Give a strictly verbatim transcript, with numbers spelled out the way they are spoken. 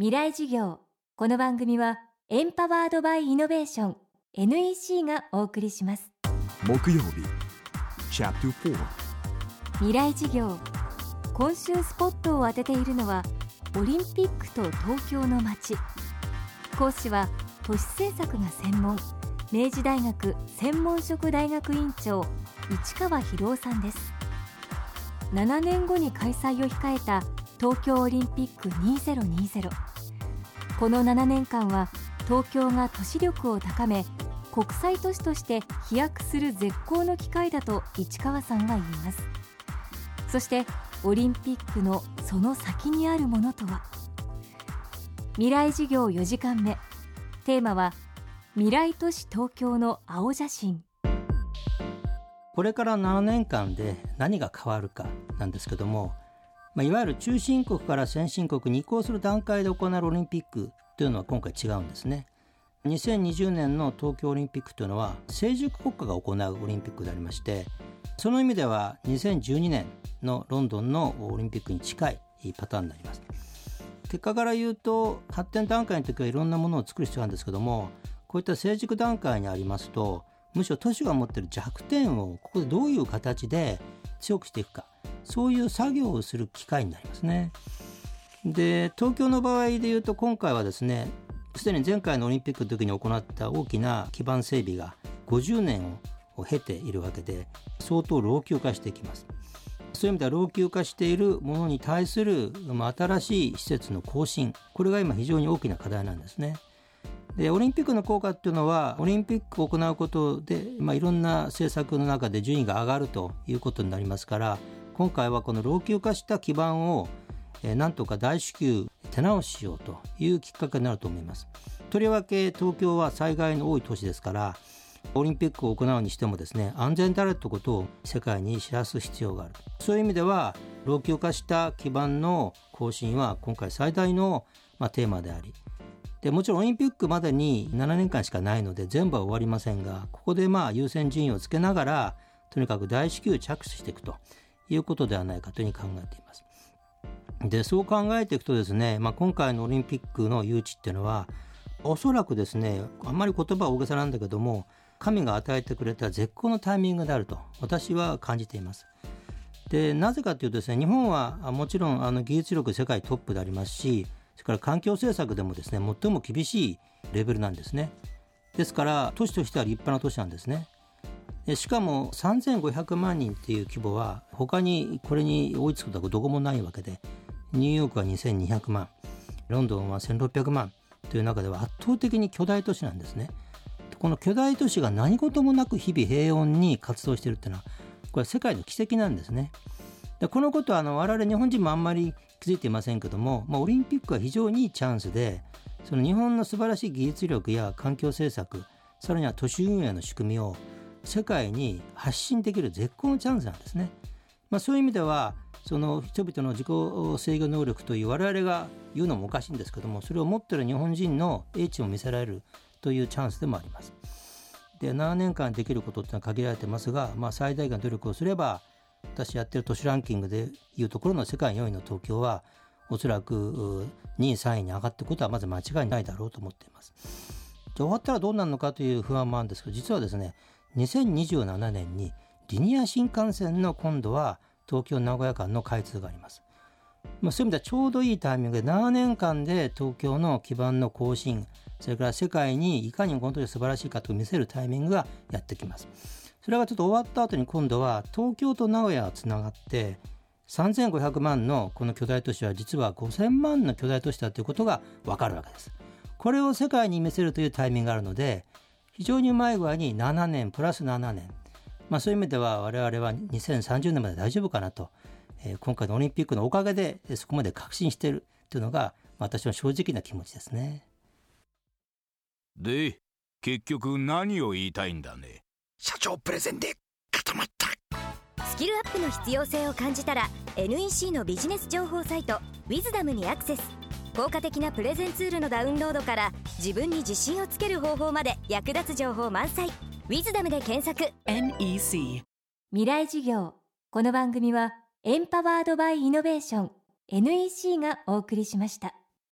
未来事業。この番組はエンパワードバイイノベーション エヌイーシー がお送りします。 木曜日チャプターフォー未来事業。今週スポットを当てているのはオリンピックと東京の街。講師は都市政策が専門、明治大学専門職大学院長市川博夫さんです。ななねんごに開催を控えた東京オリンピックにせんにじゅう。このななねんかんは東京が都市力を高め、国際都市として飛躍する絶好の機会だと市川さんは言います。そしてオリンピックのその先にあるものとは。未来事業よじかんめ、テーマは未来都市東京の青写真。 これからななねんかんで何が変わるかなんですけども、まあ、いわゆる中心国から先進国に移行する段階で行うオリンピックというのは今回違うんですね。にせんにじゅうねんの東京オリンピックというのは成熟国家が行うオリンピックでありまして、その意味ではにせんじゅうにねんのロンドンのオリンピックに近いパターンになります。結果から言うと発展段階の時はいろんなものを作る必要なんですけども、こういった成熟段階にありますと、むしろ都市が持っている弱点をここでどういう形で強くしていくか、そういう作業をする機会になりますね。で、東京の場合で言うと今回はですね、すでに前回のオリンピックの時に行った大きな基盤整備がごじゅうねんを経ているわけで、相当老朽化していきます。そういう意味では老朽化しているものに対する新しい施設の更新、これが今非常に大きな課題なんですね。で、オリンピックの効果っていうのは、オリンピックを行うことで、まあ、いろんな政策の中で順位が上がるということになりますから、今回はこの老朽化した基盤を、えー、なんとか大至急手直ししようというきっかけになると思います。とりわけ東京は災害の多い都市ですから、オリンピックを行うにしてもですね、安全であるということを世界に知らす必要がある。そういう意味では老朽化した基盤の更新は今回最大の、まあ、テーマであり、でもちろんオリンピックまでにななねんかんしかないので全部は終わりませんが、ここでまあ優先順位をつけながらとにかく大至急着手していくということではないかというふうに考えています。で、そう考えていくとですね、まあ、今回のオリンピックの誘致っていうのはおそらくですね、あんまり言葉は大げさなんだけども、神が与えてくれた絶好のタイミングであると私は感じています。で、なぜかというとですね、日本はもちろんあの技術力世界トップでありますし、それから環境政策でもですね、最も厳しいレベルなんですね。ですから都市としては立派な都市なんですね。で、しかもさんぜんごひゃくまんにんっていう規模は他にこれに追いつくことはどこもないわけで、ニューヨークはにせんにひゃくまん、ロンドンはせんろっぴゃくまんという中では圧倒的に巨大都市なんですね。この巨大都市が何事もなく日々平穏に活動しているというのは、これは世界の奇跡なんですね。で、このことはあの我々日本人もあんまり気づいていませんけども、まあ、オリンピックは非常にいいチャンスで、その日本の素晴らしい技術力や環境政策、さらには都市運営の仕組みを世界に発信できる絶好のチャンスなんですね。まあ、そういう意味ではその人々の自己制御能力という我々が言うのもおかしいんですけども、それを持っている日本人の英知を見せられるというチャンスでもあります。で、ななねんかんできることってのは限られてますが、まあ、最大限の努力をすれば、私やってる都市ランキングでいうところの世界よんいの東京はおそらくにいさんいに上がっていくことはまず間違いないだろうと思っています。じゃあ終わったらどうなるのかという不安もあるんですけど、実はですね、にせんにじゅうななねんにリニア新幹線の今度は東京名古屋間の開通があります。まあ、そういう意味ではちょうどいいタイミングでななねんかんで東京の基盤の更新、それから世界にいかにこの都市が素晴らしいかと見せるタイミングがやってきます。それがちょっと終わった後に今度は東京と名古屋がつながってさんぜんごひゃくまんのこの巨大都市は実はごせんまんの巨大都市だということが分かるわけです。これを世界に見せるというタイミングがあるので、非常にうまい具合にななねんプラスななねん、まあ、そういう意味では我々はにせんさんじゅうねんまで大丈夫かなと、えー、今回のオリンピックのおかげでそこまで確信しているというのが私の正直な気持ちですね。 で、結局何を言いたいんだね。 社長プレゼンで固まった。 スキルアップの必要性を感じたら エヌイーシー のビジネス情報サイト ウィズダム にアクセス。効果的なプレゼンツールのダウンロードから自分に自信をつける方法まで役立つ情報満載。 ウィズダム で検索。 エヌイーシー 未来事業。この番組はエンパワードバイイノベーション エヌイーシー がお送りしました。